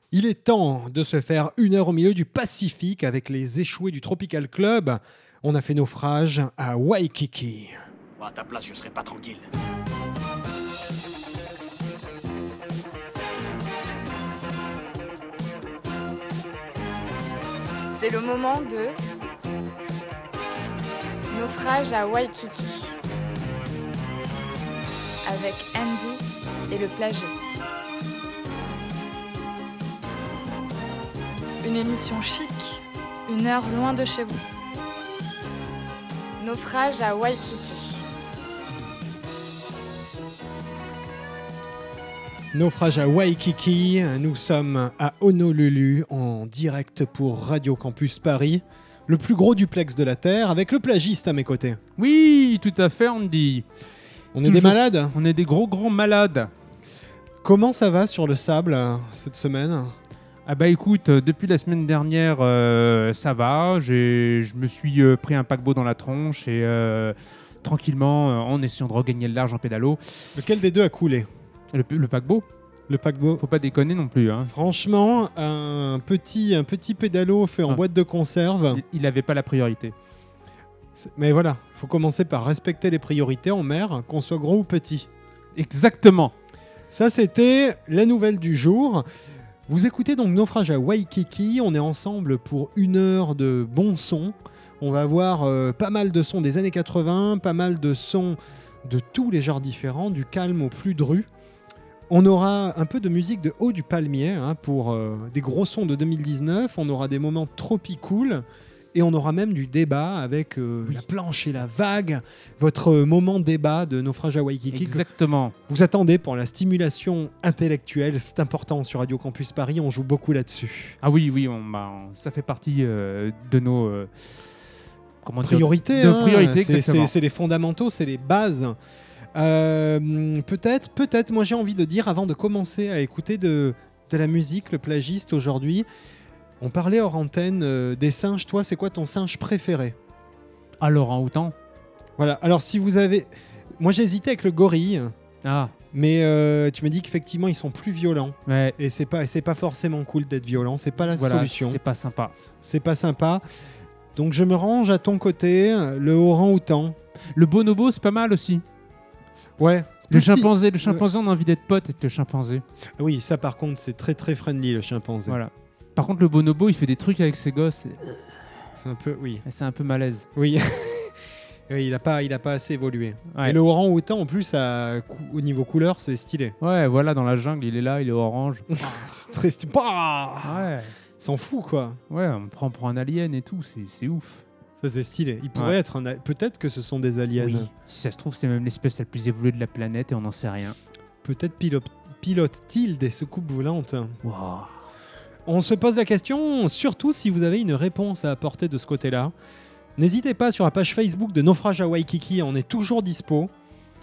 Il est temps de se faire une heure au milieu du Pacifique avec les échoués du Tropical Club. On a fait naufrage à Waikiki. Moi, à ta place, je serais pas tranquille. C'est le moment de naufrage à Waikiki avec Andy et le plagiste. Une émission chic, une heure loin de chez vous. Naufrage à Waikiki. Naufrage à Waikiki, nous sommes à Honolulu en direct pour Radio Campus Paris, le plus gros duplex de la Terre, avec le plagiste à mes côtés. Oui, tout à fait, Andy. On est des malades ? On est des gros malades. Comment ça va sur le sable cette semaine ? Ah bah écoute, depuis la semaine dernière, ça va. Je me suis pris un paquebot dans la tronche et tranquillement, en essayant de regagner le large en pédalo. Lequel des deux a coulé ? Le paquebot ? Le paquebot. Faut pas déconner non plus. Hein. Franchement, un petit pédalo fait en boîte de conserve. Il avait pas la priorité. Mais voilà, faut commencer par respecter les priorités en mer, qu'on soit gros ou petit. Exactement. Ça, c'était la nouvelle du jour. Vous écoutez donc Naufrage à Waikiki. On est ensemble pour une heure de bons sons. On va avoir pas mal de sons des années 80, pas mal de sons de tous les genres différents, du calme au plus dru. On aura un peu de musique de Haut du Palmier pour des gros sons de 2019. On aura des moments tropicool. Et on aura même du débat avec la planche et la vague. Votre moment débat de Naufrage à Waikiki. Exactement. Vous attendez pour la stimulation intellectuelle. C'est important sur Radio Campus Paris. On joue beaucoup là-dessus. Ah oui, ça fait partie de nos priorités. Nos priorités, exactement. C'est les fondamentaux, c'est les bases. Peut-être, moi j'ai envie de dire, avant de commencer à écouter de la musique, le plagiste aujourd'hui, on parlait hors antenne des singes. Toi, c'est quoi ton singe préféré ? Alors, en autant. Voilà, alors si vous avez... Moi j'ai hésité avec le gorille. Ah. Mais tu me dis qu'effectivement ils sont plus violents. Ouais. Et c'est pas forcément cool d'être violent, c'est pas la solution. C'est pas sympa. C'est pas sympa. Donc je me range à ton côté, le orang-outan. Le bonobo, c'est pas mal aussi. Ouais. Le chimpanzé, on a envie d'être pote avec le chimpanzé. Oui, ça par contre, c'est très très friendly le chimpanzé. Voilà. Par contre, le bonobo, il fait des trucs avec ses gosses. C'est un peu, oui. C'est un peu malaise. Oui. Oui, il a pas assez évolué. Ouais. Et le orang-outan, en plus, au niveau couleur, c'est stylé. Ouais, voilà, dans la jungle, il est là, il est orange. C'est très stylé. Ouais. S'en fout, quoi. Ouais, on me prend pour un alien et tout, c'est ouf. Ça, c'est stylé. Il pourrait être peut-être que ce sont des aliens. Oui. Si ça se trouve, c'est même l'espèce la plus évoluée de la planète et on n'en sait rien. Peut-être pilote-t-il des soucoupes volantes. Wow. On se pose la question, surtout si vous avez une réponse à apporter de ce côté-là. N'hésitez pas sur la page Facebook de Naufrage à Waikiki, on est toujours dispo.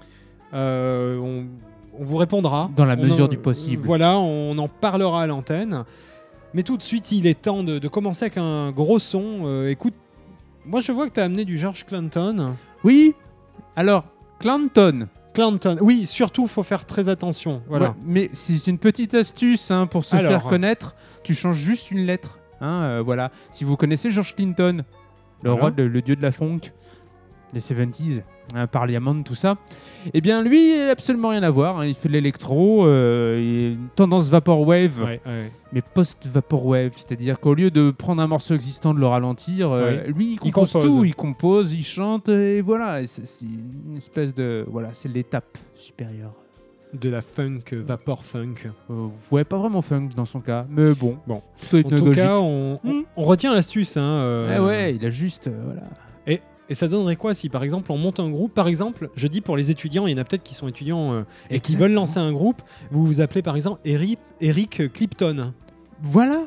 On vous répondra. Dans la mesure du possible. Voilà, on en parlera à l'antenne. Mais tout de suite, il est temps de commencer avec un gros son. Écoute, moi je vois que tu as amené du George Clinton. Oui. Alors, Clinton. Oui, surtout, faut faire très attention. Voilà. Ouais, mais c'est une petite astuce pour se faire connaître. Tu changes juste une lettre. Voilà. Si vous connaissez George Clinton, le roi, le dieu de la funk, des 70s, Parliament, tout ça, eh bien lui, il n'a absolument rien à voir. Il fait de l'électro, tendance vaporwave, mais post-vaporwave. C'est-à-dire qu'au lieu de prendre un morceau existant, de le ralentir, lui, il compose tout. Il compose, il chante, et voilà. Et c'est une espèce de... Voilà, c'est l'étape supérieure. De la funk, vapor funk. Ouais, pas vraiment funk dans son cas, mais bon. En tout cas, on retient l'astuce. Ouais, il a juste... voilà. Et ça donnerait quoi si, par exemple, on monte un groupe ? Par exemple, je dis pour les étudiants, il y en a peut-être qui sont étudiants et qui veulent lancer un groupe. Vous vous appelez, par exemple, Eric Clapton. Voilà.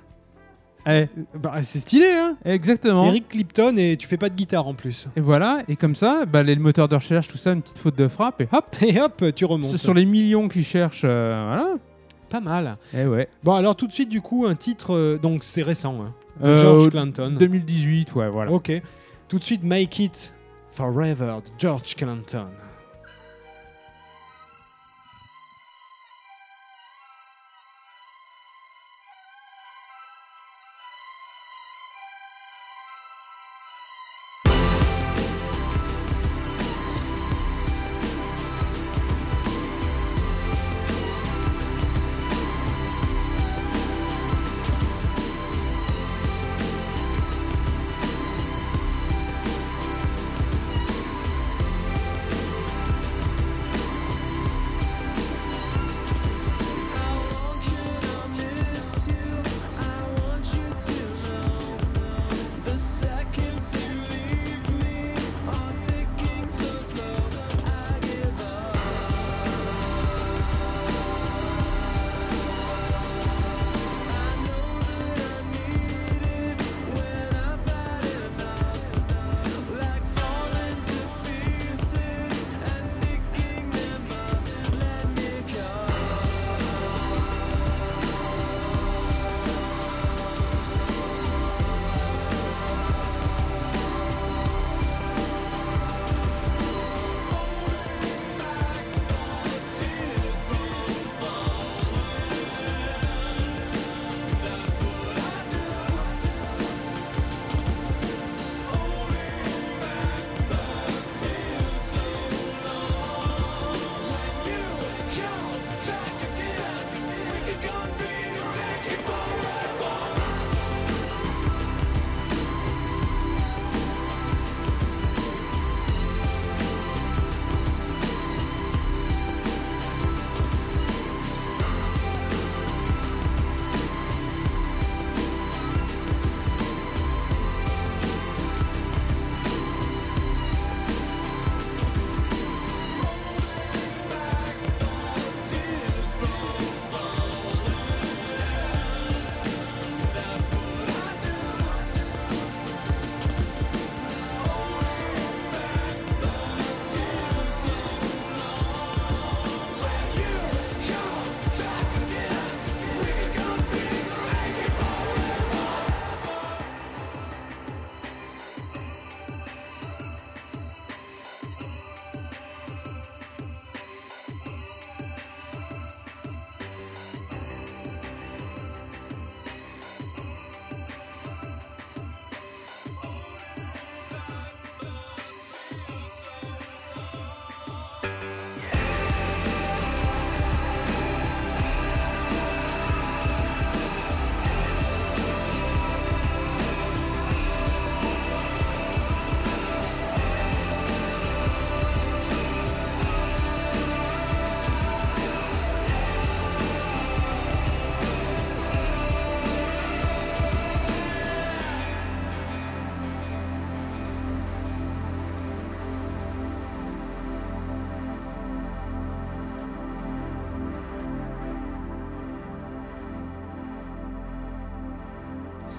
C'est stylé, hein ? Exactement. Eric Clapton, et tu fais pas de guitare en plus. Et voilà, et comme ça, le moteur de recherche, tout ça, une petite faute de frappe, et hop, tu remontes. Sur les millions qui cherchent, voilà. Pas mal. Et ouais. Bon, alors tout de suite, du coup, un titre, donc c'est récent, de George Clinton. 2018, ouais, voilà. Ok. Tout de suite, Make It Forever de George Clinton.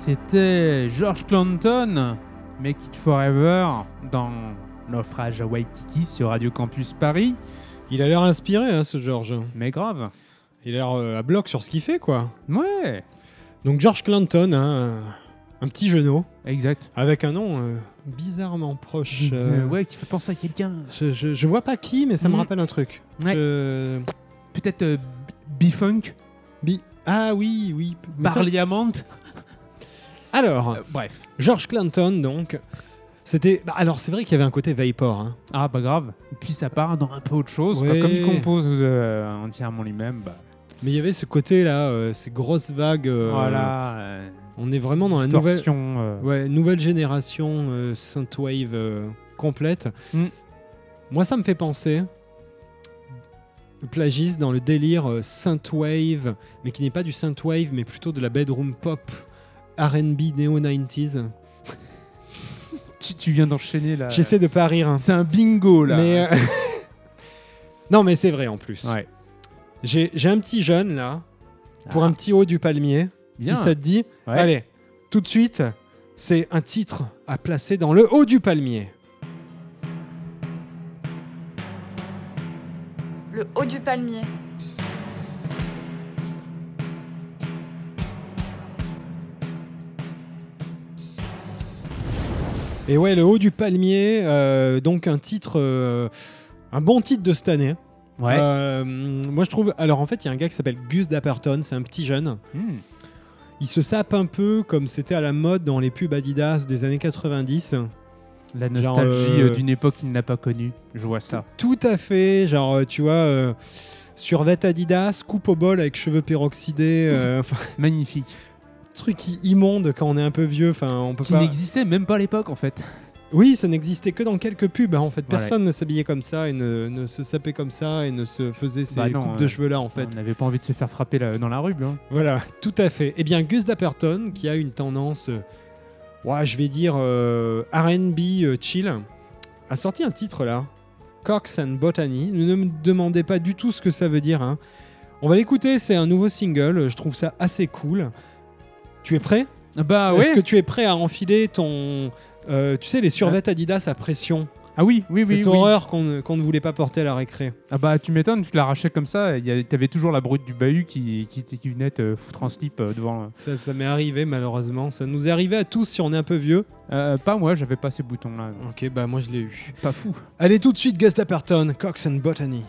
C'était George Clinton, Make It Forever, dans Naufrage à Waikiki sur Radio Campus Paris. Il a l'air inspiré, hein, ce George. Mais grave. Il a l'air à bloc sur ce qu'il fait, quoi. Ouais. Donc George Clinton, hein, un petit genou. Exact. Avec un nom bizarrement proche. Ouais, qui fait penser à quelqu'un. Je vois pas qui, mais ça me rappelle un truc. Ouais. Peut-être B-Funk. Ah oui. Parliament. Alors, bref. George Clinton, donc, c'était... alors, c'est vrai qu'il y avait un côté Vapor. Hein. Ah, bah grave. Et puis ça part dans un peu autre chose. Ouais. Quoi. Comme il compose entièrement lui-même. Bah... Mais il y avait ce côté-là, ces grosses vagues. Voilà. On est vraiment dans la nouvelle génération synthwave complète. Moi, ça me fait penser... Plagiste dans le délire synthwave, mais qui n'est pas du synthwave, mais plutôt de la bedroom pop R&B néo-90s. Tu viens d'enchaîner là. J'essaie de pas rire. Hein. C'est un bingo là. Mais non, mais c'est vrai en plus. Ouais. J'ai un petit jeune là, pour un petit haut du palmier. Bien. Si ça te dit. Ouais. Allez, tout de suite, c'est un titre à placer dans le haut du palmier. Le haut du palmier. Et ouais, le haut du palmier, donc un titre, un bon titre de cette année. Ouais. Moi je trouve, alors en fait il y a un gars qui s'appelle Gus Dapperton, c'est un petit jeune. Il se sape un peu comme c'était à la mode dans les pubs Adidas des années 90. La nostalgie d'une époque qu'il n'a pas connue, je vois ça. Tout à fait, genre tu vois, survêt Adidas, coupe au bol avec cheveux peroxydés. Magnifique. Truc immonde quand on est un peu vieux, on peut qui n'existait même pas à l'époque en fait. Oui, ça n'existait que dans quelques pubs. Hein, en fait, personne ne s'habillait comme ça et ne se sapait comme ça et ne se faisait ces coupes de cheveux là en fait. On n'avait pas envie de se faire frapper dans la rue. Hein. Voilà, tout à fait. Eh bien, Gus Dapperton, qui a une tendance, je vais dire R&B chill, a sorti un titre là, Cox and Botany. Ne me demandez pas du tout ce que ça veut dire. Hein. On va l'écouter, c'est un nouveau single. Je trouve ça assez cool. Tu es prêt ? Bah ouais. Est-ce que tu es prêt à enfiler ton... tu sais, les survêtements Adidas à pression. Ah oui. Cette horreur qu'on ne voulait pas porter à la récré. Ah bah tu m'étonnes, tu l'arrachais comme ça. T'avais toujours la brute du bahut qui venait te foutre en slip devant. Ça m'est arrivé malheureusement. Ça nous est arrivé à tous si on est un peu vieux. Pas moi, j'avais pas ces boutons là. Ok, bah moi je l'ai eu. Pas fou. Allez tout de suite, Gus Dapperton, Cox and Botany.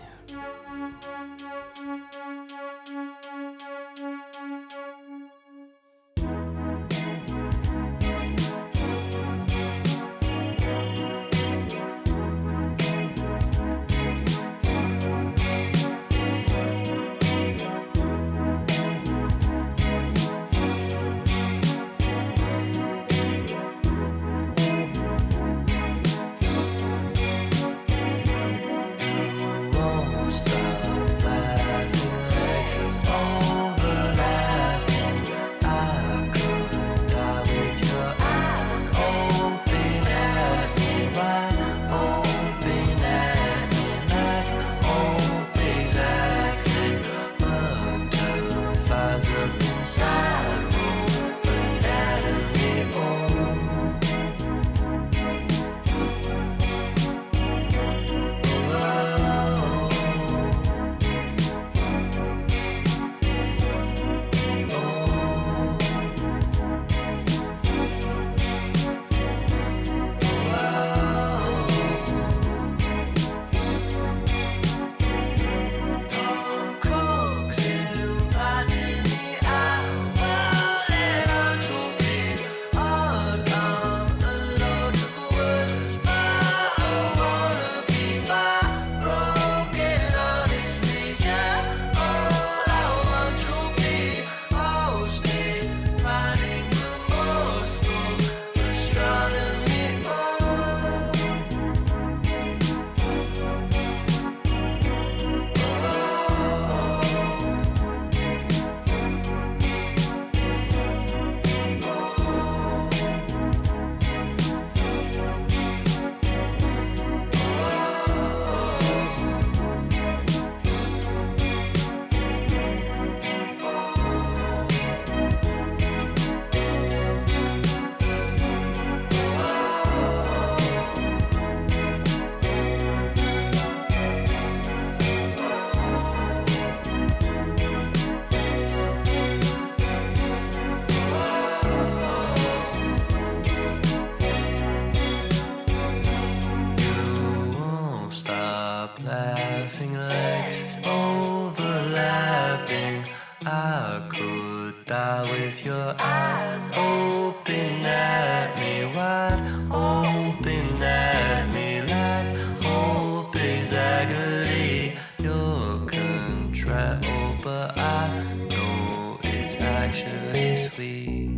her eyes open at me wide, open at me like hope exactly. You're contrite, oh, but I know it's actually sweet.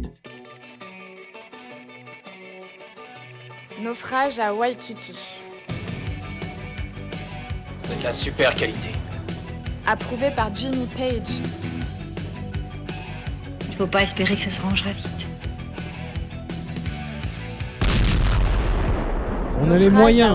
Naufrage à Waikiki. C'est de la super qualité. Approuvé par Jimmy Page. Il faut pas espérer que ça se rangera vite. On a les moyens.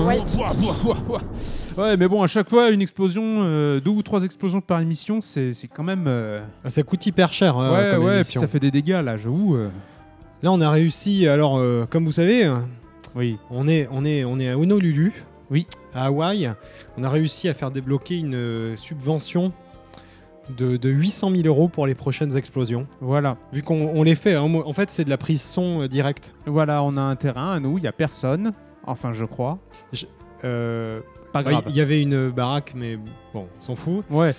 Ouais, mais bon, à chaque fois, une explosion, 2 ou 3 explosions par émission, c'est quand même... Ça coûte hyper cher. ouais, puis ça fait des dégâts, là, j'avoue. Là, on a réussi. Alors, comme vous savez, oui. on est à Honolulu, oui, à Hawaï. On a réussi à faire débloquer une subvention de 800 000 € pour les prochaines explosions. Voilà. Vu qu'on les fait, hein, en fait, c'est de la prise son directe. Voilà, on a un terrain, à nous, il n'y a personne. Enfin, je crois. Pas grave. Il y avait une baraque, mais bon, on s'en fout. Ouais.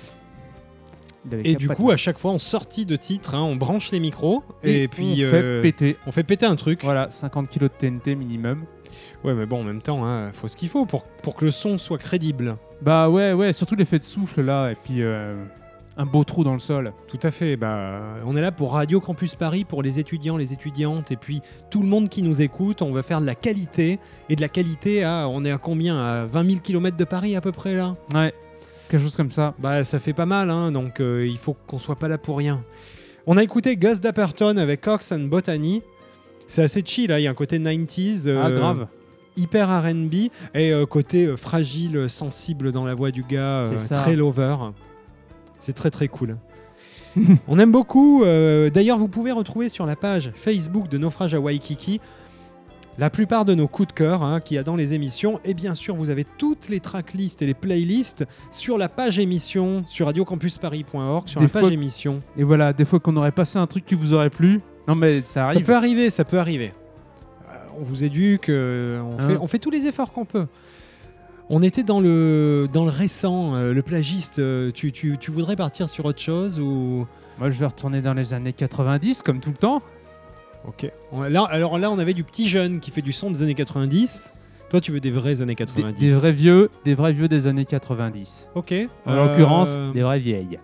Et du coup, à chaque fois, en sortie de titre, hein, on branche les micros et puis on fait péter un truc. Voilà, 50 kg de TNT minimum. Ouais, mais bon, en même temps, hein, faut ce qu'il faut pour que le son soit crédible. Bah ouais, surtout l'effet de souffle là, et puis un beau trou dans le sol. Tout à fait. Bah, on est là pour Radio Campus Paris, pour les étudiants, les étudiantes, et puis tout le monde qui nous écoute. On va faire de la qualité, et de la qualité on est à combien? À 20 000 km de Paris à peu près là? Ouais, quelque chose comme ça. Bah, ça fait pas mal, hein, donc il faut qu'on soit pas là pour rien. On a écouté Gus Dapperton avec Cox and Botany. C'est assez chill, là. Il y a un côté 90s. Grave. Hyper R&B et côté fragile, sensible dans la voix du gars, très lover. C'est très très cool. On aime beaucoup. D'ailleurs, vous pouvez retrouver sur la page Facebook de Naufrage à Waikiki la plupart de nos coups de cœur qu'il y a dans les émissions. Et bien sûr, vous avez toutes les tracklists et les playlists sur la page émission, sur radiocampusparis.org, sur la page émission. Et voilà, des fois qu'on aurait passé un truc qui vous aurait plu. Non mais ça arrive. Ça peut arriver. On vous éduque, on fait tous les efforts qu'on peut. On était dans le récent, le plagiste. Tu voudrais partir sur autre chose ou... Moi, je vais retourner dans les années 90, comme tout le temps. Ok. Alors là, on avait du petit jeune qui fait du son des années 90. Toi, tu veux des vrais années 90. Des vrais vieux des années 90. Ok. En l'occurrence, des vraies vieilles.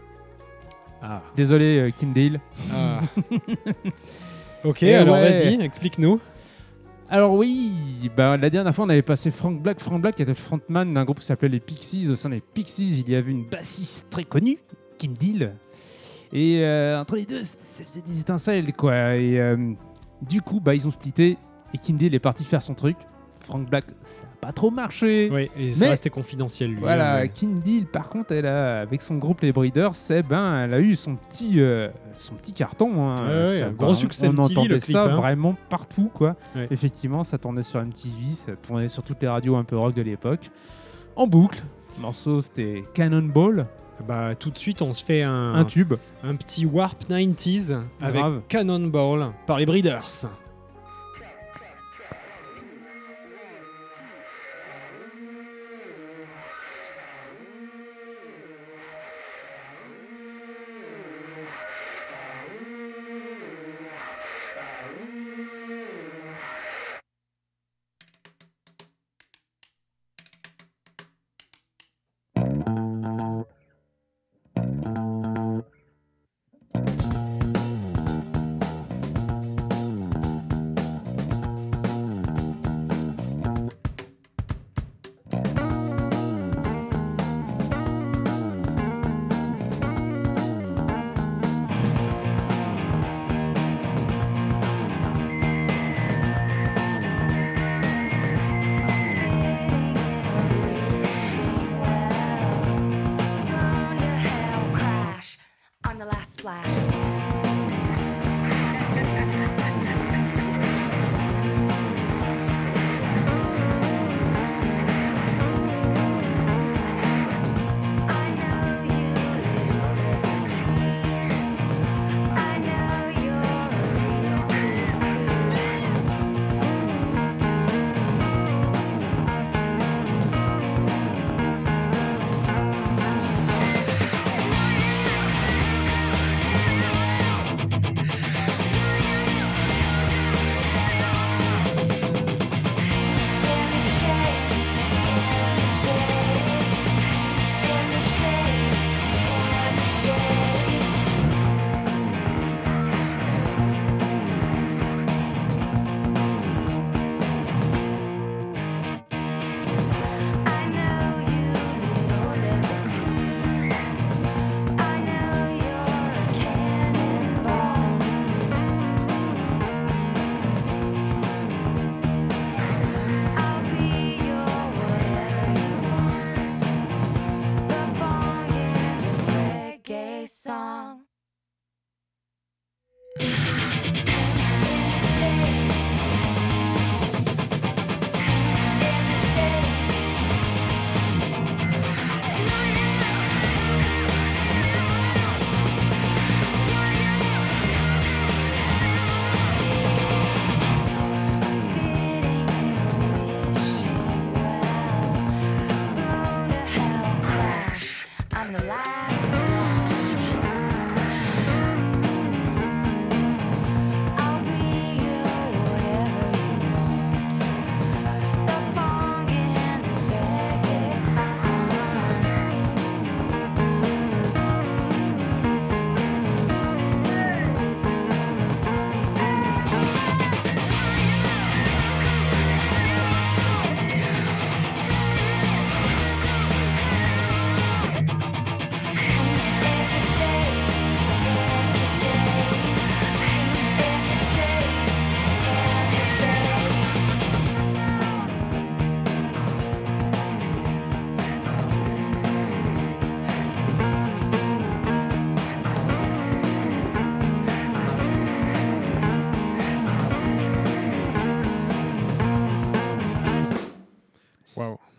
Ah. Désolé, Kim Deal. Ah. Ok, alors vas-y, explique-nous. Alors oui, la dernière fois on avait passé Frank Black qui était le frontman d'un groupe qui s'appelait les Pixies. Au sein des Pixies, il y avait une bassiste très connue, Kim Deal. Et entre les deux, ça faisait des étincelles quoi. Et du coup, ils ont splitté et Kim Deal est parti faire son truc. Frank Black, ça n'a pas trop marché. Oui, et ça restait confidentiel lui. Voilà, Kim Deal, par contre, elle a, avec son groupe les Breeders, elle a eu son petit carton. Gros succès. On MTV, entendait le clip, ça vraiment partout, quoi. Ouais. Effectivement, ça tournait sur MTV, ça tournait sur toutes les radios un peu rock de l'époque, en boucle. Le morceau, c'était Cannonball. Tout de suite, on se fait un tube, un petit Warp 90s avec Cannonball par les Breeders.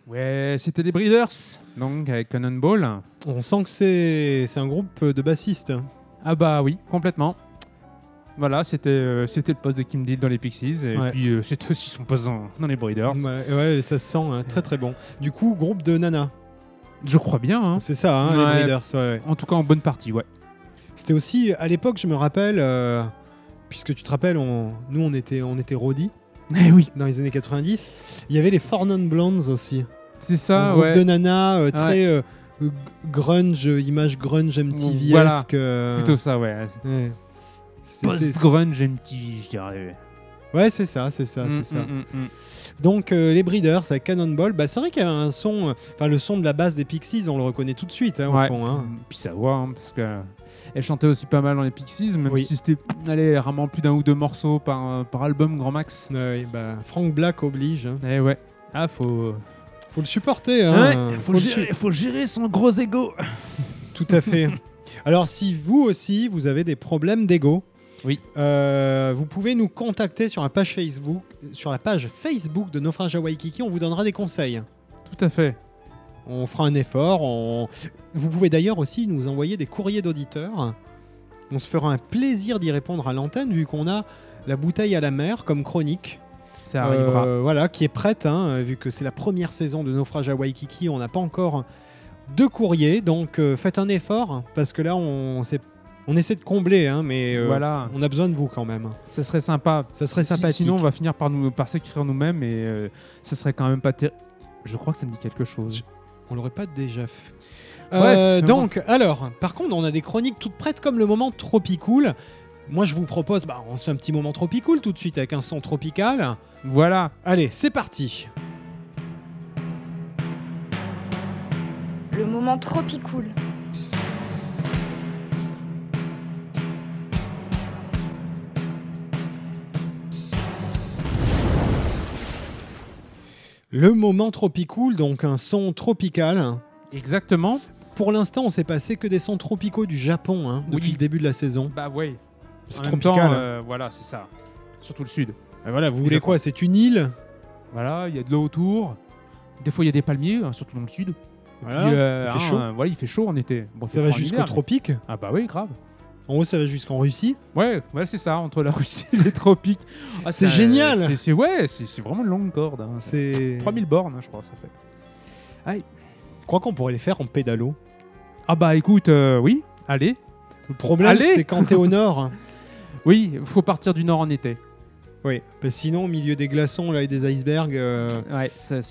Ouais, c'était les Breeders, donc avec Cannonball. On sent que c'est un groupe de bassistes. Ah bah oui, complètement. Voilà, c'était le poste de Kim Deal dans les Pixies, et puis c'était aussi son poste dans les Breeders. Ouais, ça se sent très très bon. Du coup, groupe de nanas. Je crois bien. Hein. C'est ça, hein, les Breeders. Ouais. En tout cas, en bonne partie, ouais. C'était aussi, à l'époque, je me rappelle, puisque tu te rappelles, nous on était roadies. Eh oui. Dans les années 90. Il y avait les Four Non Blondes aussi. C'est ça, un groupe de nanas très grunge, image grunge MTV-esque. Voilà. Plutôt ça, ouais. Post-grunge MTV, je dirais. Ouais, c'est ça. Donc les Breeders avec Cannonball, c'est vrai qu'il y a un son, le son de la basse des Pixies, on le reconnaît tout de suite au fond. Hein. Puis ça voit, parce qu'elle chantait aussi pas mal dans les Pixies, même si c'était rarement plus d'un ou deux morceaux par album grand max. Frank Black oblige. Hein. Eh ouais. Ah, faut le supporter. Hein. Faut gérer son gros ego. Tout à fait. Alors si vous aussi vous avez des problèmes d'ego, vous pouvez nous contacter sur la page Facebook de Naufrage à Waikiki, on vous donnera des conseils. Tout à fait. On fera un effort. Vous pouvez d'ailleurs aussi nous envoyer des courriers d'auditeurs. On se fera un plaisir d'y répondre à l'antenne, vu qu'on a la bouteille à la mer comme chronique. Ça arrivera. Qui est prête, vu que c'est la première saison de Naufrage à Waikiki. On n'a pas encore de courrier, donc faites un effort, parce que là, on essaie de combler, mais on a besoin de vous quand même. Ça serait sympa. Ça serait sympathique. Sinon, on va finir par s'écrire nous-mêmes, et ça serait quand même pas terrible. Je crois que ça me dit quelque chose. On l'aurait pas déjà fait. Donc, alors, par contre, on a des chroniques toutes prêtes comme le moment Tropicool. Moi, je vous propose, on se fait un petit moment Tropicool tout de suite avec un son tropical. Voilà. Allez, c'est parti. Le moment Tropicool. Le moment Tropicool, donc un son tropical. Exactement. Pour l'instant, on s'est passé que des sons tropicaux du Japon depuis le début de la saison. Bah oui. C'est tropical. Voilà, c'est ça. Surtout le sud. Voilà, vous voulez quoi? C'est une île. Voilà, il y a de l'eau autour. Des fois, il y a des palmiers, surtout dans le sud. Voilà, il fait chaud. Il fait chaud en été. Bon, ça va jusqu'au tropique. Ah bah oui, grave. En haut, ça va jusqu'en Russie. Ouais, c'est ça, entre la Russie et les tropiques. C'est génial. C'est vraiment une longue corde. C'est 3000 bornes, je crois, ça fait. Aïe. Je crois qu'on pourrait les faire en pédalo. Ah bah écoute, oui, allez. Le problème, c'est quand t'es au nord. Oui, il faut partir du nord en été. Oui, sinon, au milieu des glaçons là, et des icebergs... Ouais, ça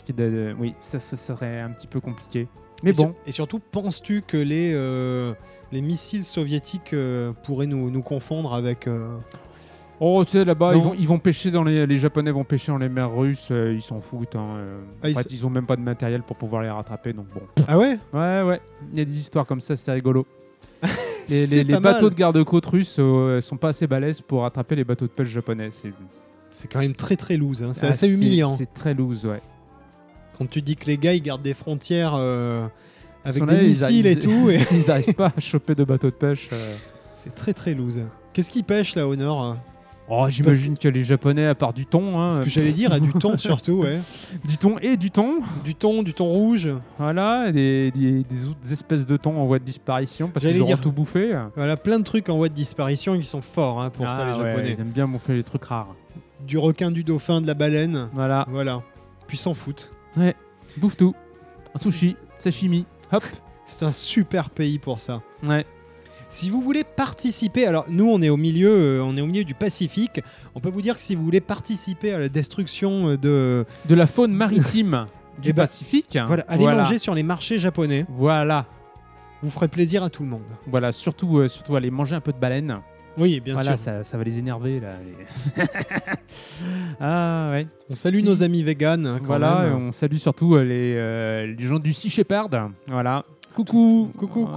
serait un petit peu compliqué. Mais bon. Et surtout, penses-tu que les missiles soviétiques pourraient nous confondre avec... Oh, tu sais, là-bas, ils vont pêcher les Japonais vont pêcher dans les mers russes, ils s'en foutent. En fait, ils ont même pas de matériel pour pouvoir les rattraper, donc bon. Ah ouais? Ouais. Il y a des histoires comme ça, c'est rigolo. Les bateaux de garde-côte russes sont pas assez balèzes pour rattraper les bateaux de pêche japonais. C'est quand même très très loose. C'est assez humiliant. C'est très loose, ouais. Quand tu dis que les gars ils gardent des frontières avec des missiles et tout, et ils n'arrivent pas à choper de bateaux de pêche. C'est très très loose. Qu'est-ce qu'ils pêchent là au nord? Oh, j'imagine que les Japonais, à part du thon... Ce que j'allais dire, à du thon surtout, ouais. Du thon et du thon. Du thon rouge. Voilà, des autres espèces de thon en voie de disparition, parce qu'ils auront tout bouffé. Voilà, plein de trucs en voie de disparition, ils sont forts pour ça, les Japonais. Ils aiment bien bouffer les trucs rares. Du requin, du dauphin, de la baleine. Voilà. Puis s'en foutent. Ouais, bouffe tout. Un sushi, sashimi, hop. C'est un super pays pour ça. Ouais. Si vous voulez participer, alors nous on est au milieu du Pacifique. On peut vous dire que si vous voulez participer à la destruction de la faune maritime du Pacifique, allez manger sur les marchés japonais. Voilà. Vous ferez plaisir à tout le monde. Voilà, surtout aller manger un peu de baleine. Oui, bien sûr. Voilà, ça va les énerver là. Ah ouais. On salue nos amis véganes. Voilà, et on salue surtout les gens du Sea Shepherd. Voilà. Coucou.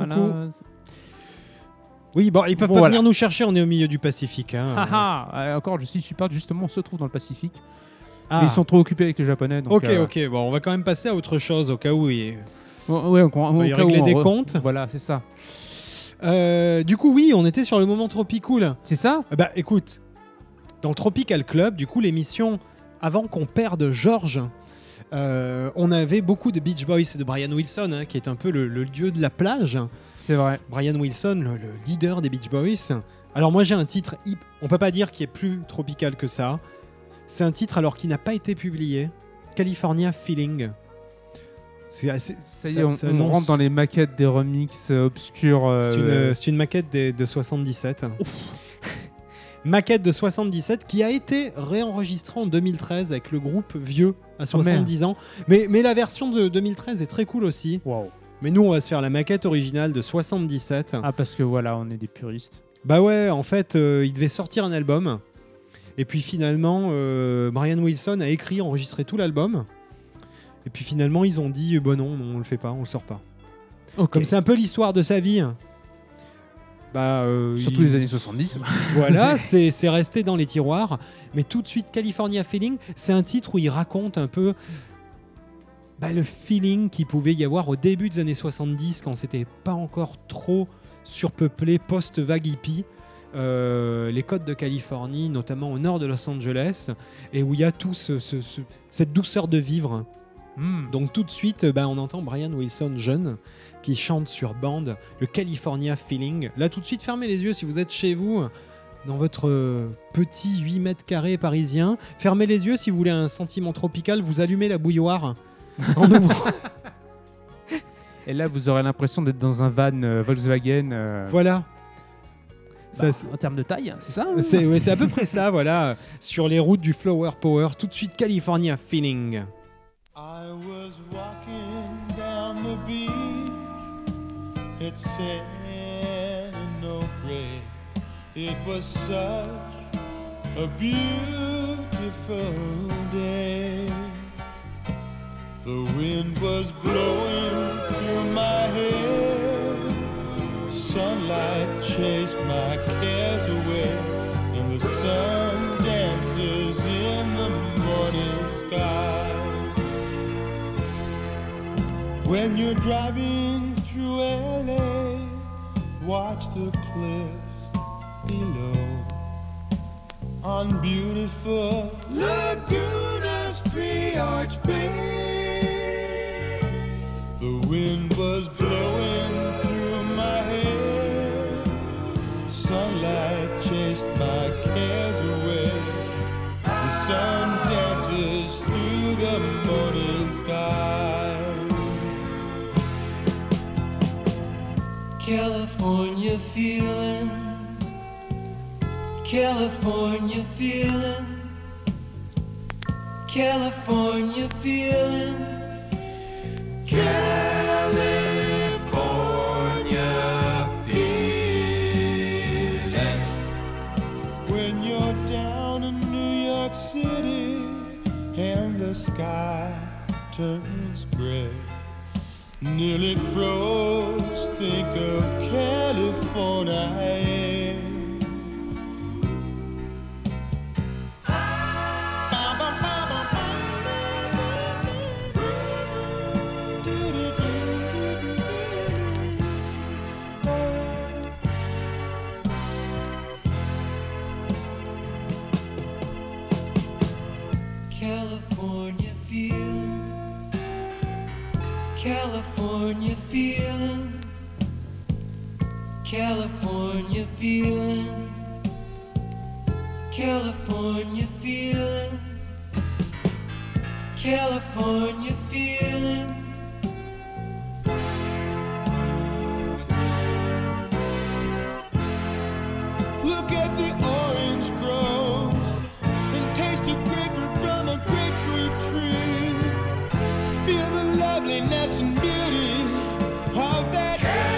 Oui, ils peuvent pas venir nous chercher, on est au milieu du Pacifique. Encore, le Sea Shepherd justement se trouve dans le Pacifique. Mais ils sont trop occupés avec les Japonais. Donc, ok. Bon, on va quand même passer à autre chose au cas où. On va y régler des comptes. Voilà, c'est ça. Du coup, oui, on était sur le moment Tropicool. C'est ça? Écoute, dans le Tropical Club, du coup, l'émission avant qu'on perde Georges, on avait beaucoup de Beach Boys et de Brian Wilson, hein, qui est un peu le dieu de la plage. C'est vrai. Brian Wilson, le leader des Beach Boys. Alors moi j'ai un titre, on peut pas dire qu'il est plus tropical que ça. C'est un titre alors qui n'a pas été publié. California Feeling. C'est assez, ça y est, on rentre dans les maquettes des remixes obscurs. C'est une maquette de 77. Maquette de 77 qui a été réenregistrée en 2013 avec le groupe Vieux à 70 ans. Mais la version de 2013 est très cool aussi. Wow. Mais nous, on va se faire la maquette originale de 77. Ah, parce que voilà, on est des puristes. Bah ouais, en fait, il devait sortir un album. Et puis finalement, Brian Wilson a écrit, enregistré tout l'album. Et puis finalement, ils ont dit bon non, on le fait pas, on le sort pas. Okay. Comme c'est un peu l'histoire de sa vie. Surtout les années 70. Voilà, c'est resté dans les tiroirs. Mais tout de suite, California Feeling, c'est un titre où il raconte un peu le feeling qu'il pouvait y avoir au début des années 70, quand c'était pas encore trop surpeuplé, post-vague hippie. Les côtes de Californie, notamment au nord de Los Angeles, et où il y a tout cette douceur de vivre. Donc tout de suite, on entend Brian Wilson jeune qui chante sur bande le California Feeling. Là tout de suite, fermez les yeux si vous êtes chez vous dans votre petit 8 mètres carrés parisien. Fermez les yeux si vous voulez un sentiment tropical, vous allumez la bouilloire en ouvrant. Et là vous aurez l'impression d'être dans un van Volkswagen. Voilà. En termes de taille, c'est ça, hein? C'est à peu près ça, voilà. Sur les routes du Flower Power, tout de suite California Feeling. I was walking down the beach. It said no freight. It was such a beautiful day. The wind was blowing through my hair. Sunlight chased my cares away, and the sun dances in the morning sky. When you're driving through LA, watch the cliffs below. On beautiful Laguna's three-arch bay, the wind was blowing through my hair. Sunlight chased my cares away. The sun dances through the morning sky. California feeling, California feeling, California feeling, California feeling. When you're down in New York City and the sky turns gray, nearly froze, think of California. California feeling, California feeling, California feeling, California feeling, California feeling. Look at the orange groves and taste a grapefruit from a grapefruit tree. Feel the loveliness and beauty of that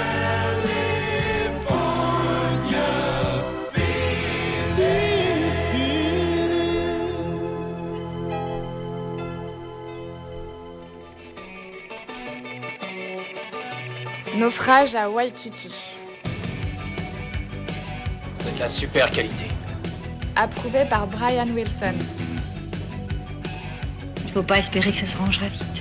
California feeling. Naufrage à Waikiki. C'est de la super qualité. Approuvé par Brian Wilson. Il faut pas espérer que ça s'arrangera vite.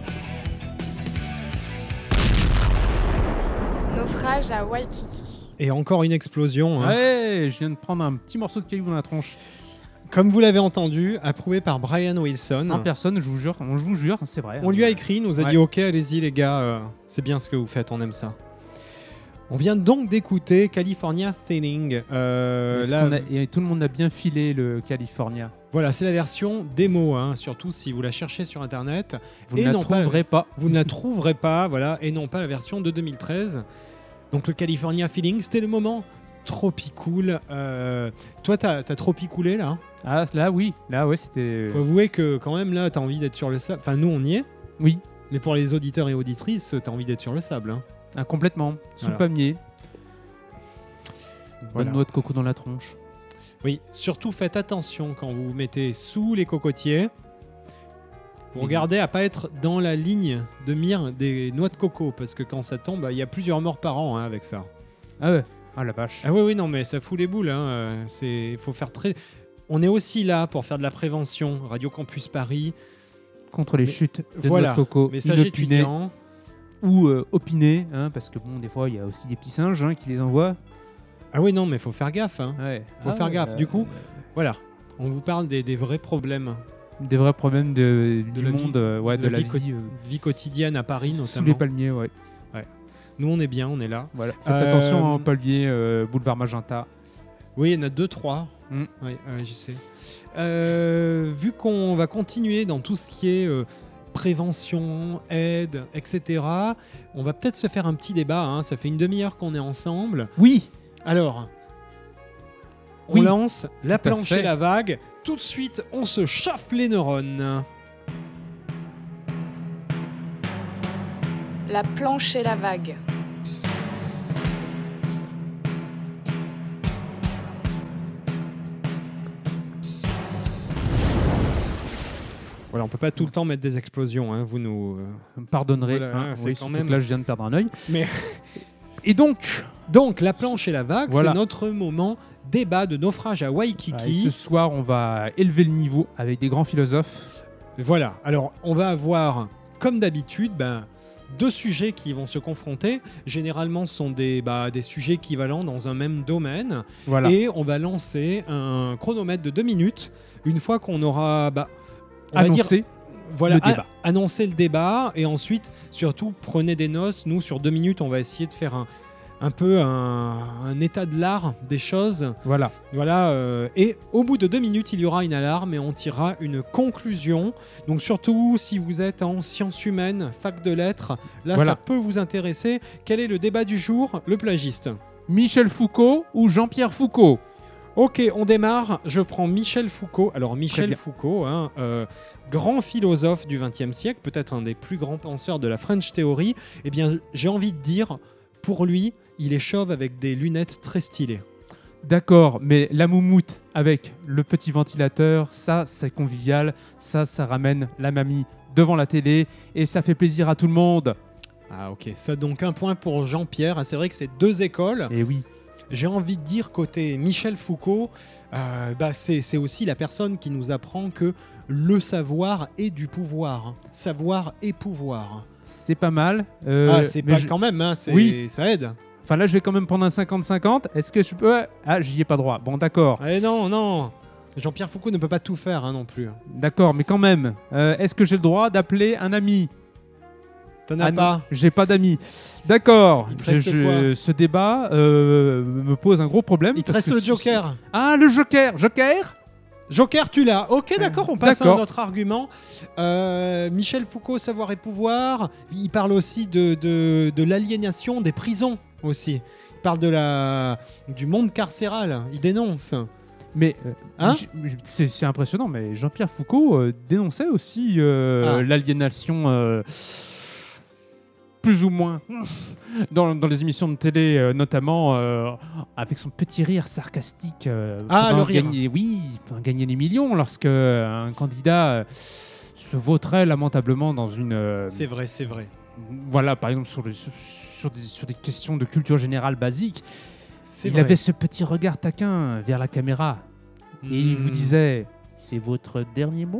Naufrage à Waikiki. Et encore une explosion. Hein. Ouais, je viens de prendre un petit morceau de caillou dans la tronche. Comme vous l'avez entendu, approuvé par Brian Wilson. En personne, je vous jure, c'est vrai. On lui a écrit, il nous a dit ok, allez-y les gars, c'est bien ce que vous faites, on aime ça. On vient donc d'écouter California Thinning. Et tout le monde a bien filé le California. Voilà, c'est la version démo, hein, surtout si vous la cherchez sur internet. Vous ne la trouverez pas. Vous ne la trouverez pas, voilà, et non pas la version de 2013. Donc le California Feeling, c'était le moment tropicool. Toi, t'as tropicoulé là, hein? Ah, là oui, c'était. Faut avouer que quand même là, t'as envie d'être sur le sable. Enfin, nous on y est. Oui. Mais pour les auditeurs et auditrices, t'as envie d'être sur le sable. Hein. Ah, complètement. Sous le palmier. Bonne noix de coco dans la tronche. Oui, surtout faites attention quand vous vous mettez sous les cocotiers. Vous regardez à pas être dans la ligne de mire des noix de coco, parce que quand ça tombe, il y a plusieurs morts par an avec ça. Ah ouais. Ah la vache. Ah oui, non, mais ça fout les boules. Hein. Faut faire très. On est aussi là pour faire de la prévention. Radio Campus Paris. Contre les chutes de noix de coco. Message étudiant. Ou opiné, hein, parce que bon, des fois, il y a aussi des petits singes qui les envoient. Ah oui, non, mais faut faire gaffe. Hein. Ouais. Faut faire gaffe. Du coup, voilà, on vous parle des vrais problèmes. Des vrais problèmes du monde, de la vie quotidienne à Paris, notamment. Sous les palmiers, ouais. Nous, on est bien, on est là. Voilà. Faites attention aux palmiers, boulevard Magenta. Oui, il y en a 2-3. Oui, je sais. Vu qu'on va continuer dans tout ce qui est prévention, aide, etc., on va peut-être se faire un petit débat. Hein. Ça fait une demi-heure qu'on est ensemble. Oui. Alors, on lance la planche et la vague. Tout de suite, on se chauffe les neurones. La planche et la vague. Voilà, on peut pas tout le temps mettre des explosions, hein, vous nous pardonnerez. Voilà, oui, quand même. Là, je viens de perdre un œil. Mais et donc, la planche et la vague, c'est notre moment débat de naufrage à Waikiki. Et ce soir, on va élever le niveau avec des grands philosophes. Voilà. Alors, on va avoir, comme d'habitude, deux sujets qui vont se confronter. Généralement, ce sont des sujets équivalents dans un même domaine. Voilà. Et on va lancer un chronomètre de 2 minutes. Une fois qu'on aura annoncé le débat. Annoncer le débat. Et ensuite, surtout, prenez des notes. Nous, sur 2 minutes, on va essayer de faire un peu un état de l'art des choses. Voilà. Et au bout de 2 minutes, il y aura une alarme et on tirera une conclusion. Donc surtout, si vous êtes en sciences humaines, fac de lettres, là, ça peut vous intéresser. Quel est le débat du jour? Le plagiste. Michel Foucault ou Jean-Pierre Foucault? Ok, on démarre. Je prends Michel Foucault. Alors Michel Foucault, grand philosophe du XXe siècle, peut-être un des plus grands penseurs de la French Theory. Eh bien, j'ai envie de dire, pour lui, il est chauve avec des lunettes très stylées. D'accord, mais la moumoute avec le petit ventilateur, ça, c'est convivial. Ça ramène la mamie devant la télé et ça fait plaisir à tout le monde. Ah ok, ça donc un point pour Jean-Pierre. C'est vrai que c'est deux écoles. Et oui. J'ai envie de dire, côté Michel Foucault, c'est aussi la personne qui nous apprend que le savoir est du pouvoir. Savoir et pouvoir. C'est pas mal. C'est pas quand même, hein, ça aide. Enfin là, je vais quand même prendre un 50-50. Est-ce que je peux... Ah, j'y ai pas droit. Bon, d'accord. Non. Jean-Pierre Foucault ne peut pas tout faire non plus. D'accord, mais quand même. Est-ce que j'ai le droit d'appeler un ami ? T'en as pas. Non, j'ai pas d'amis. D'accord. Quoi ce débat me pose un gros problème. Il te reste le Joker. Ah, le Joker. Joker, tu l'as. Ok, d'accord, on passe à un autre argument. Michel Foucault, savoir et pouvoir. Il parle aussi de l'aliénation des prisons aussi. Il parle du monde carcéral. Il dénonce. Mais c'est impressionnant, mais Jean-Pierre Foucault dénonçait aussi l'aliénation... plus ou moins dans les émissions de télé, notamment avec son petit rire sarcastique le rire. Gagner des millions lorsque un candidat se vautrait lamentablement dans une... C'est vrai. Voilà, par exemple sur des questions de culture générale basique, il avait ce petit regard taquin vers la caméra et il vous disait « C'est votre dernier mot ?»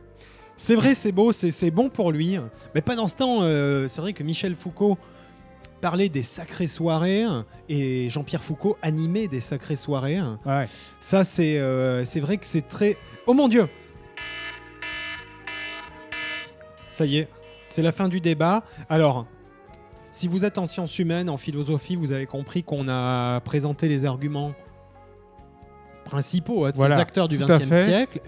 C'est vrai, c'est beau, c'est bon pour lui. Mais pendant ce temps, c'est vrai que Michel Foucault, parlait des sacrées soirées et Jean-Pierre Foucault animait des sacrées soirées. Ouais. Ça, c'est vrai que c'est très... Oh mon Dieu! Ça y est, c'est la fin du débat. Alors, si vous êtes en sciences humaines, en philosophie, vous avez compris qu'on a présenté les arguments principaux de ces acteurs du XXe siècle.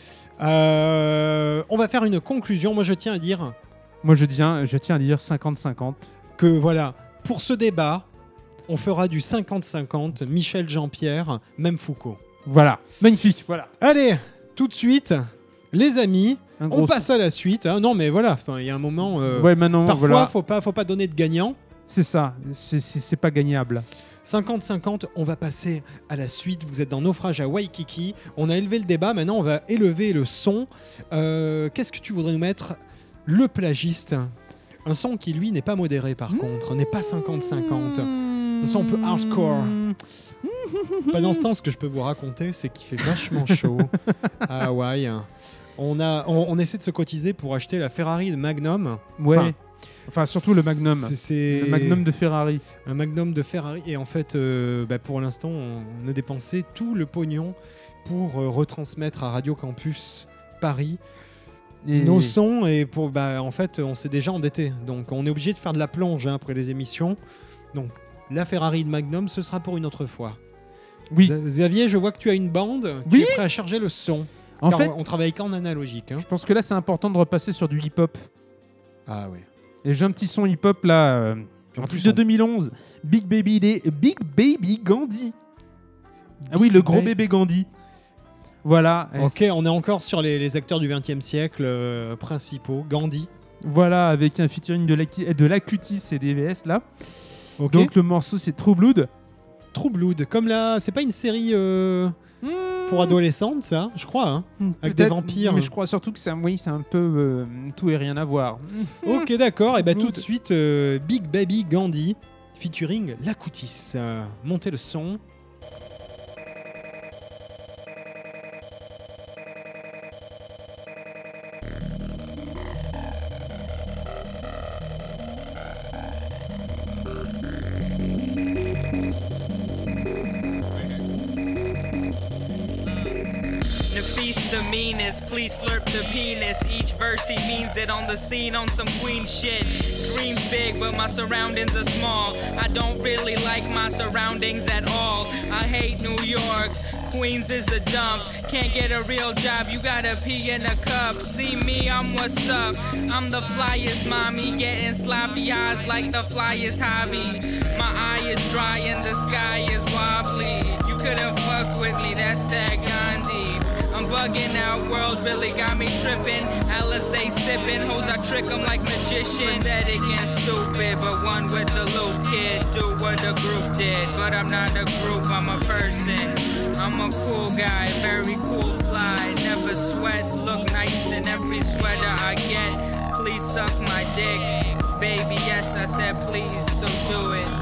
On va faire une conclusion. Moi, je tiens à dire... je tiens à dire 50-50. Que voilà, pour ce débat, on fera du 50-50, Michel Jean-Pierre, même Foucault. Voilà, magnifique, voilà. Allez, tout de suite, les amis, on passe à la suite. Non mais voilà, il y a un moment... maintenant, parfois, faut pas donner de gagnant. C'est ça, c'est pas gagnable. 50-50, on va passer à la suite. Vous êtes dans Naufrage à Waikiki. On a élevé le débat, maintenant on va élever le son. Qu'est-ce que tu voudrais nous mettre? Le plagiste. Un son qui, lui, n'est pas modéré, par contre. N'est pas 50-50. Un son un peu hardcore. Pendant ce temps, ce que je peux vous raconter, c'est qu'il fait vachement chaud à Hawaï. On essaie de se cotiser pour acheter la Ferrari de Magnum. Ouais. Enfin, surtout le Magnum. C'est le Magnum de Ferrari. Un Magnum de Ferrari. Et en fait, pour l'instant, on a dépensé tout le pognon pour retransmettre à Radio Campus Paris nos sons. Et en fait, on s'est déjà endetté. Donc, on est obligé de faire de la plonge après les émissions. Donc, la Ferrari de Magnum, ce sera pour une autre fois. Oui. Xavier, je vois que tu as une bande. Oui. Tu es prêt à charger le son. En fait, on travaille qu'en analogique. Je pense que là, c'est important de repasser sur du hip-hop. Ah oui. Et j'ai un petit son hip-hop là, en plus de 2011. Big Baby Gandhi. Ah oui, le gros bébé Gandhi. Voilà. Ok, on est encore sur les acteurs du XXe siècle principaux. Gandhi. Voilà, avec un featuring de l'Acutis et DVS là. Okay. Donc le morceau c'est True Blood. True Blood, comme là, c'est pas une série pour adolescentes, ça, je crois, hein, avec des vampires. Mais je crois surtout que c'est un peu tout et rien à voir. Ok, d'accord. Et tout de suite, Big Baby Gandhi, featuring l'Acutis. Montez le son. The meanest, please slurp the penis. Each verse he means it on the scene on some queen shit. Dreams big, but my surroundings are small. I don't really like my surroundings at all. I hate New York. Queens is a dump. Can't get a real job, you gotta pee in a cup. See me, I'm what's up. I'm the flyest mommy, getting sloppy eyes like the flyest hobby. My eye is dry and the sky is wobbly. You couldn't fuck with me, that's that Gandhi. I'm bugging out, world really got me tripping. LSA sipping, hoes I trick them like magician. Pathetic and stupid, but one with the loop kid. Do what the group did, but I'm not a group, I'm a person. I'm a cool guy, very cool fly. Never sweat, look nice in every sweater I get. Please suck my dick, baby, yes I said please, so do it.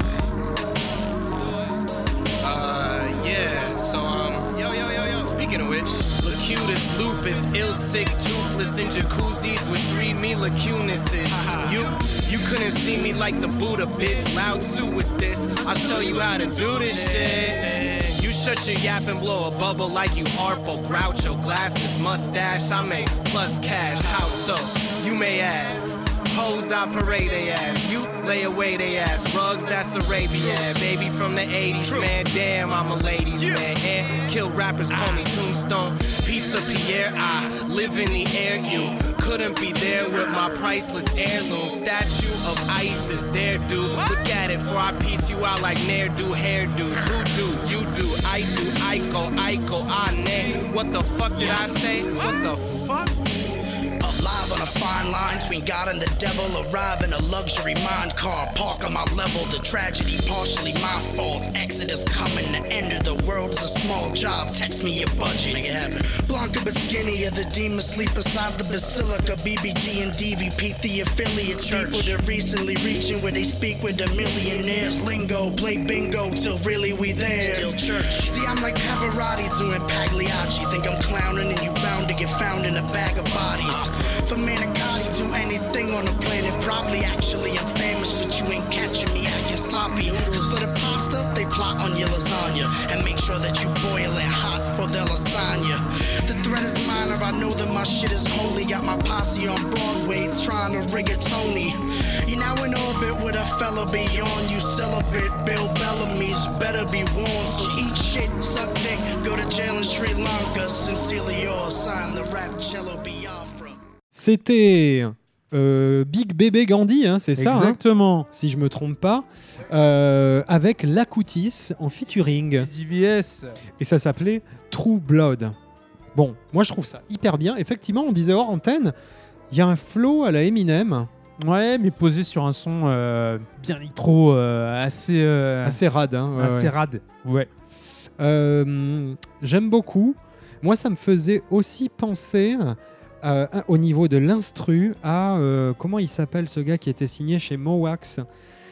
Speaking of which, Lacutus, lupus, ill, sick, toothless, in jacuzzis with 3 Mila Kunises. You couldn't see me like the Buddha, bitch. Loud suit with this, I'll show you how to do this shit. You shut your yap and blow a bubble like you Harpo, Groucho, glasses, mustache. I make plus cash, how so? You may ask. Hoes, I parade they ass. You lay away they ass. Rugs, that's Arabian. Baby from the 80s, man. Damn, I'm a ladies, man. And kill rappers, call me Tombstone. Pizza Pierre, I live in the air. You couldn't be there with my priceless heirloom. Statue of Isis, there, dude. Look at it, for I piece you out like ne'er-do hairdos. Who do? You do. I do. Ico, I name. What the fuck did I say? What the fuck? Live on a fine line between God and the devil. Arrive in a luxury mind car. Park on my level. The tragedy partially my fault. Exodus coming. The end of the world is a small job. Text me your budget. Make it happen. Blanca but skinnier. The demons sleep beside the basilica. BBG and DVP, the affiliate church. People that recently reaching where they speak with the millionaires. Lingo, play bingo till really we there. Still church. See, I'm like Pavarotti doing Pagliacci. Think I'm clowning and you bound to get found in a bag of bodies. if a manicotti do anything on the planet, probably actually I'm famous, but you ain't catching me acting sloppy. Cause for the pasta, they plot on your lasagna and make sure that you boil it hot for their lasagna. The threat is minor, I know that my shit is holy. Got my posse on Broadway trying to rig a Tony. You now in orbit with a fella beyond you, celibate. Bill Bellamy's better be warned. So eat shit, suck dick, go to jail in Sri Lanka. Sincerely yours, sign the rap Jello Biafra. C'était Big Bébé Gandhi, hein, c'est ça, exactement, si je me trompe pas, avec Lakoutis en featuring. DVS. Et ça s'appelait True Blood. Bon, moi je trouve ça hyper bien. Effectivement, on disait hors antenne, il y a un flow à la Eminem. Ouais, mais posé sur un son bien électro, assez rad. Hein, assez rad, ouais. J'aime beaucoup. Moi, ça me faisait aussi penser, au niveau de l'instru, à... comment il s'appelle ce gars qui était signé chez Mowax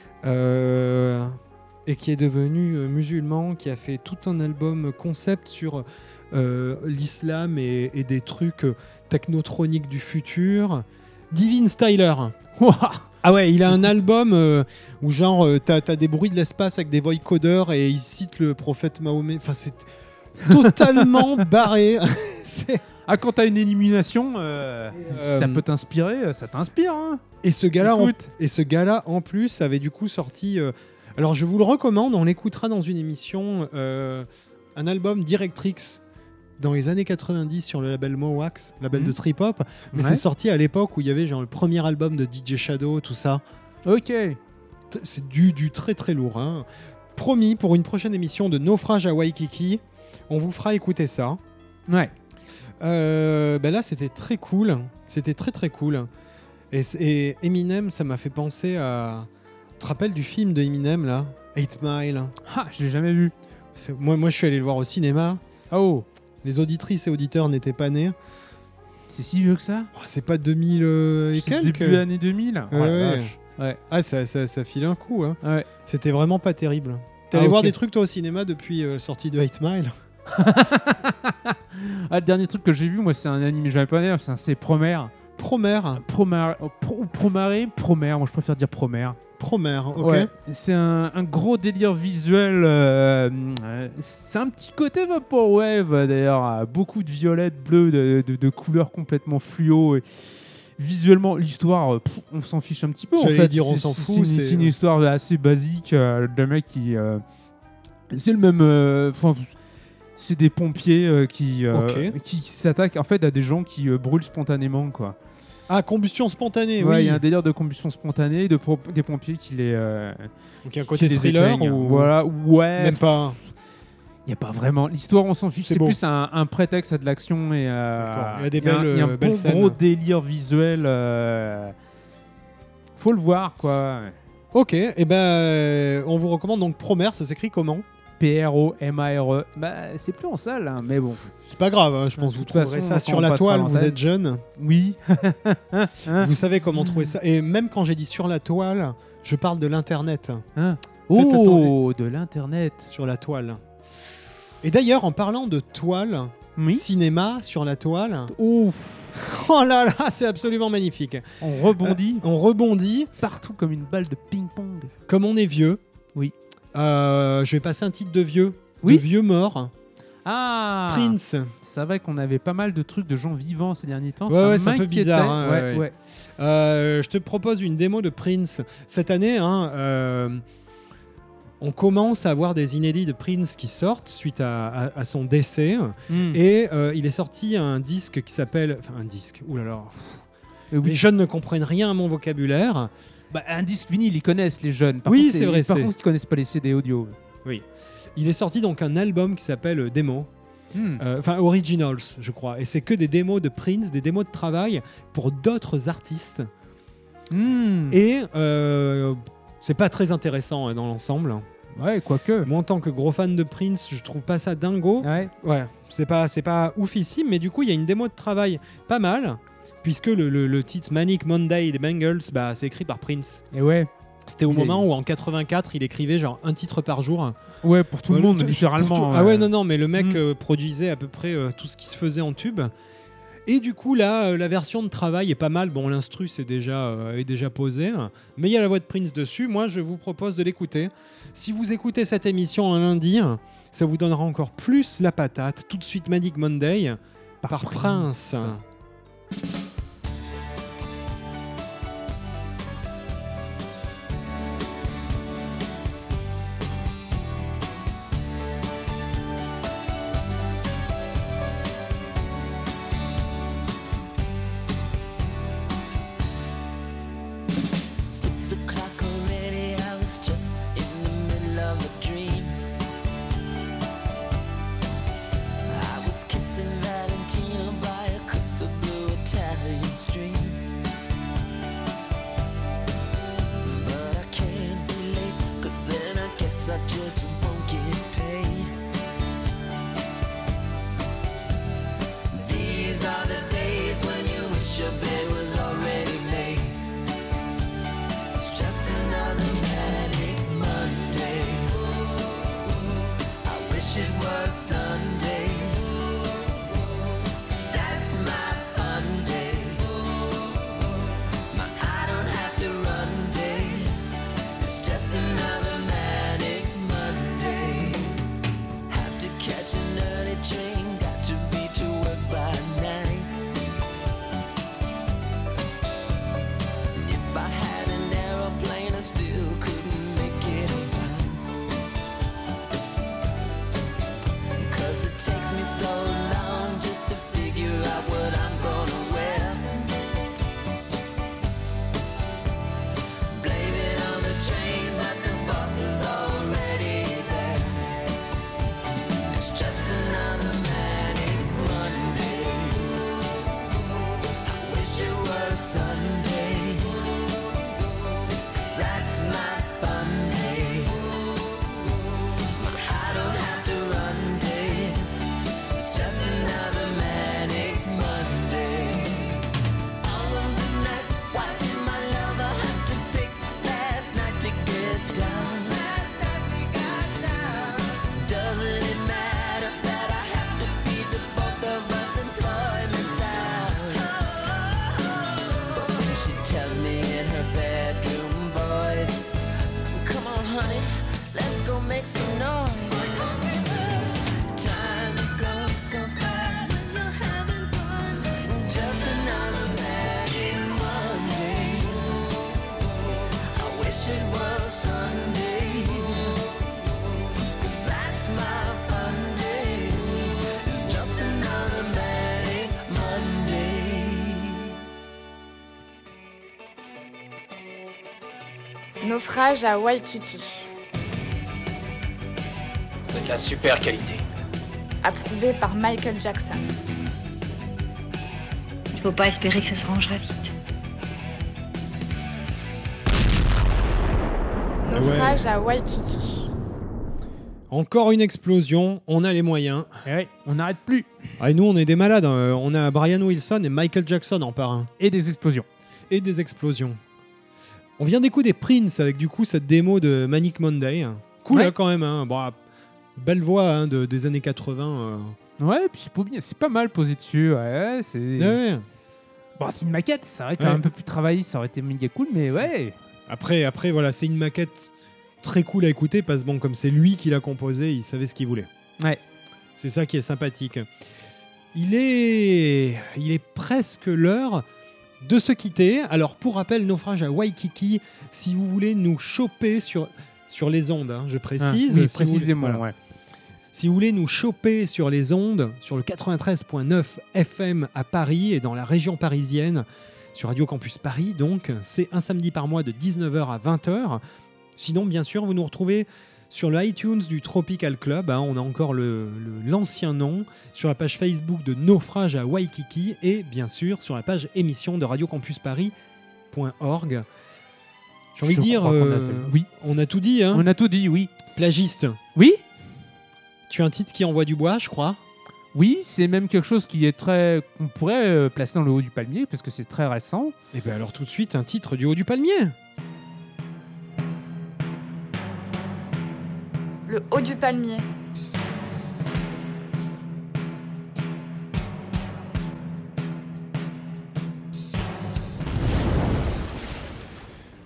et qui est devenu musulman, qui a fait tout un album concept sur l'islam et des trucs technotroniques du futur. Divine Styler. Ah ouais, il a un album où genre t'as des bruits de l'espace avec des vocodeurs et il cite le prophète Mahomet. Enfin, c'est totalement barré. Ah, quand t'as une élimination, ça peut t'inspirer, ça t'inspire. Hein. Et ce gars-là, en plus, avait du coup sorti... alors, je vous le recommande, on l'écoutera dans une émission, un album Directrix dans les années 90 sur le label Mowax, label de trip-hop. Mais c'est sorti à l'époque où il y avait genre le premier album de DJ Shadow, tout ça. Ok. C'est du très très lourd. Hein. Promis, pour une prochaine émission de Naufrage à Waikiki, on vous fera écouter ça. Ouais. Là, c'était très cool. C'était très très cool. Et Eminem, ça m'a fait penser à... Tu te rappelles du film de Eminem, là, 8 Mile? Ah, je l'ai jamais vu. Moi, je suis allé le voir au cinéma. Oh. Les auditrices et auditeurs n'étaient pas nés. C'est si vieux que ça? C'est pas 2000 et quelques. Début de l'année 2000. Ouais. Ah, ça file un coup. Hein. Ouais. C'était vraiment pas terrible. T'es allé voir des trucs toi au cinéma depuis la sortie de 8 Mile? Le dernier truc que j'ai vu, moi, c'est un anime japonais, c'est Promare. Promare, moi je préfère dire Promare. Promare, ok. Ouais, c'est un gros délire visuel. C'est un petit côté Vaporwave d'ailleurs. Beaucoup de violet, de bleu, de couleurs complètement fluo. Et visuellement, l'histoire, on s'en fiche un petit peu. J'allais en fait, dire, on s'en fout. C'est une histoire assez basique d'un mec qui. C'est le même. C'est des pompiers qui s'attaquent en fait à des gens qui brûlent spontanément, quoi. Ah, combustion spontanée, ouais, oui. Il y a un délire de combustion spontanée, des pompiers qui les. Donc il y a un côté thriller ou... Voilà, ouais. Même pas. Il n'y a pas vraiment. L'histoire, on s'en fiche. C'est plus un prétexte à de l'action et. Il y a des il y a un belles scènes. gros délire visuel. Faut le voir, quoi. Ok, et on vous recommande donc Promare, ça s'écrit comment? Promare. C'est plus en salle, hein, mais bon. C'est pas grave, hein, je pense que vous trouverez ça sur la toile, vous êtes jeune. Oui. Vous savez comment trouver ça. Et même quand j'ai dit sur la toile, je parle de l'internet. De l'internet. Sur la toile. Et d'ailleurs, en parlant de toile, cinéma sur la toile. Oh là là, c'est absolument magnifique. On rebondit. On rebondit. Partout comme une balle de ping-pong. Comme on est vieux. Oui. Je vais passer un titre de vieux. De vieux mort. Ah, Prince. C'est vrai qu'on avait pas mal de trucs de gens vivants ces derniers temps. Ouais, c'est un peu bizarre. Hein, ouais. Je te propose une démo de Prince. Cette année, on commence à avoir des inédits de Prince qui sortent suite à son décès. Et il est sorti un disque qui s'appelle... Enfin, un disque. Ouh là là. Les jeunes ne comprennent rien à mon vocabulaire. Un disque vinyle, ils connaissent les jeunes. Par oui, contre, c'est vrai. Par contre, ils connaissent pas les CD audio. Oui. Il est sorti donc un album qui s'appelle Demo. Enfin, Originals, je crois. Et c'est que des démos de Prince, des démos de travail pour d'autres artistes. Et c'est pas très intéressant dans l'ensemble. Ouais, quoique. Moi, en tant que gros fan de Prince, je trouve pas ça dingo. Ouais. C'est pas oufissime, mais du coup, il y a une démo de travail pas mal. Puisque le titre Manic Monday des Bangles, c'est écrit par Prince. Et ouais. C'était au moment où en 84, il écrivait genre un titre par jour. Ouais, pour tout le monde, littéralement. Ah ouais, non, mais le mec produisait à peu près tout ce qui se faisait en tube. Et du coup, là, la version de travail est pas mal. Bon, l'instru est déjà posé, mais il y a la voix de Prince dessus. Moi, je vous propose de l'écouter. Si vous écoutez cette émission un lundi, ça vous donnera encore plus la patate. Tout de suite, Manic Monday par Prince. Naufrage à Waikiki. C'est de la super qualité. Approuvé par Michael Jackson. Il faut pas espérer que ça se rangera vite. Naufrage à Waikiki. Encore une explosion, on a les moyens. Et ouais, on n'arrête plus. Ah, et nous, on est des malades. On a Brian Wilson et Michael Jackson en parrain. Et des explosions. Et des explosions. On vient d'écouter Prince avec du coup cette démo de Manic Monday. Cool, ouais. Hein, quand même. Hein. Bon, belle voix hein, des années 80. Ouais, puis c'est pas mal posé dessus. Ouais, c'est... Ouais. Bon, c'est une maquette, ça aurait été un peu plus travaillé, ça aurait été méga cool, mais ouais. Après voilà, c'est une maquette très cool à écouter parce que bon, comme c'est lui qui l'a composé, il savait ce qu'il voulait. Ouais. C'est ça qui est sympathique. Il est presque l'heure de se quitter. Alors, pour rappel, Naufrage à Waikiki, si vous voulez nous choper sur les ondes, hein, je précise. Oui, précisément, voilà. Ouais. Si vous voulez nous choper sur les ondes, sur le 93.9 FM à Paris et dans la région parisienne, sur Radio Campus Paris, donc, c'est un samedi par mois de 19h à 20h. Sinon, bien sûr, vous nous retrouvez sur le iTunes du Tropical Club, hein, on a encore l'ancien nom, sur la page Facebook de Naufrage à Waikiki et bien sûr sur la page émission de radiocampusparis.org. J'ai envie de dire, oui, on a tout dit. Hein. On a tout dit, oui. Plagiste. Oui. Tu as un titre qui envoie du bois, je crois. Oui, c'est même quelque chose qui est qu'on pourrait placer dans le haut du palmier parce que c'est très récent. Et bien alors tout de suite, un titre du haut du palmier. Le haut du palmier.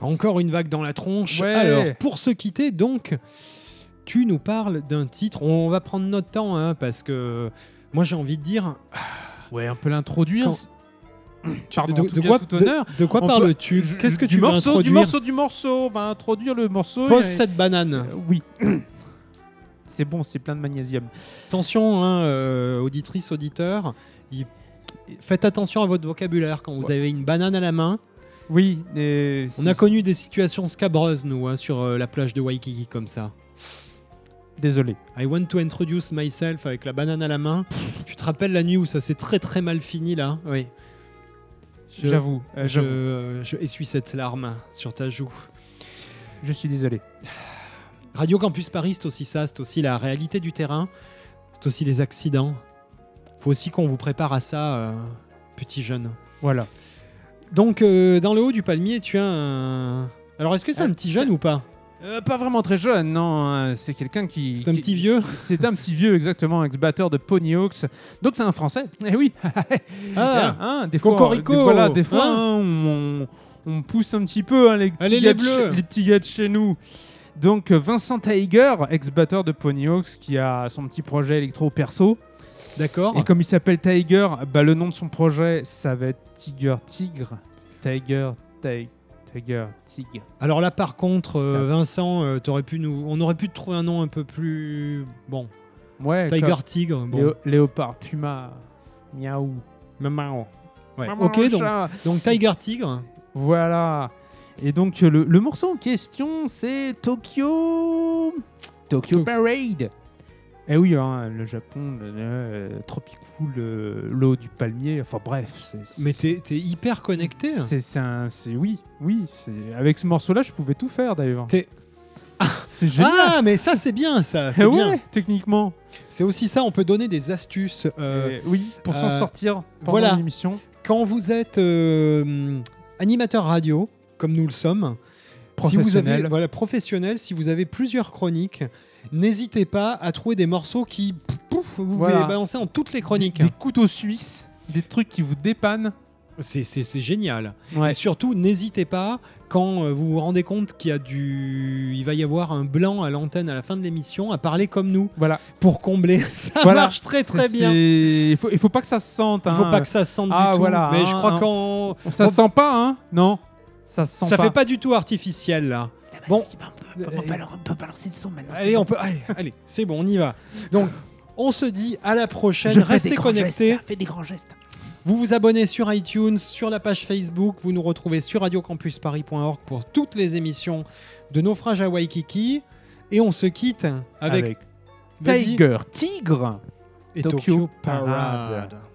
Encore une vague dans la tronche. Ouais. Alors, pour se quitter, donc, tu nous parles d'un titre. On va prendre notre temps, hein, parce que moi, j'ai envie de dire... Ouais, on peut l'introduire. Pardon, de quoi parles-tu? Qu'est-ce que tu veux introduire? Du morceau. On va introduire le morceau. Pose cette banane. Oui. C'est bon, c'est plein de magnésium. Attention, hein, auditrices, auditeurs. Faites attention à votre vocabulaire quand vous avez une banane à la main. Oui. On a connu des situations scabreuses, nous, hein, sur la plage de Waikiki, comme ça. Désolé. I want to introduce myself avec la banane à la main. Tu te rappelles la nuit où ça s'est très très mal fini, là? Oui. J'avoue. Je essuie cette larme sur ta joue. Je suis désolé. Radio Campus Paris, c'est aussi ça. C'est aussi la réalité du terrain. C'est aussi les accidents. Faut aussi qu'on vous prépare à ça, petit jeune. Voilà. Donc, dans le haut du palmier, tu as un... Alors, est-ce que c'est un petit jeune ou pas? Pas vraiment très jeune, non. C'est quelqu'un qui... C'est un petit vieux. C'est un petit vieux, exactement, ex-batteur de Ponyhawks. Donc c'est un Français. Eh oui. Des fois, Cocorico. Des fois, on pousse un petit peu les petits gars de chez nous. Donc Vincent Tiger, ex-batteur de Ponyhawks, qui a son petit projet électro perso. D'accord. Et comme il s'appelle Tiger, le nom de son projet, ça va être Tigre. Tiger. Alors là, par contre, Vincent, on aurait pu te trouver un nom un peu plus bon. Ouais. Tiger, Tigre. Bon. Léopard, Puma, Miaou. Maman. Ouais. Maman, ok, donc Tiger, Tigre. Voilà. Et donc le morceau en question, c'est Tokyo Parade. Eh oui, hein, le Japon, Tropicool, l'eau du palmier, enfin bref. Mais t'es hyper connecté. Oui. Avec ce morceau-là, je pouvais tout faire d'ailleurs. C'est génial. Ah, mais ça, c'est bien, ça. C'est bien. Techniquement. C'est aussi ça, on peut donner des astuces. Oui, pour s'en sortir pendant l'émission. Quand vous êtes animateur radio, comme nous le sommes, professionnel, si vous avez plusieurs chroniques, n'hésitez pas à trouver des morceaux qui vous pouvez balancer en toutes les chroniques. Des couteaux suisses, des trucs qui vous dépannent. C'est génial. Ouais. Et surtout, n'hésitez pas, quand vous vous rendez compte il va y avoir un blanc à l'antenne à la fin de l'émission, à parler comme nous. Voilà. Pour combler. Ça marche très très bien. Il faut pas que ça se sente. Il faut pas que ça se sente du tout. Voilà, mais je crois qu'on... Ça se sent pas, hein? Non. Ça se sent pas. Ça fait pas du tout artificiel, là. Bon. On peut balancer le son maintenant. Allez, c'est bon, on y va. Donc, on se dit à la prochaine. Restez connectés. Fais des grands gestes. Vous vous abonnez sur iTunes, sur la page Facebook. Vous nous retrouvez sur radiocampusparis.org pour toutes les émissions de Naufrage à Waikiki. Et on se quitte avec Tiger, Tigre et Tokyo Parade.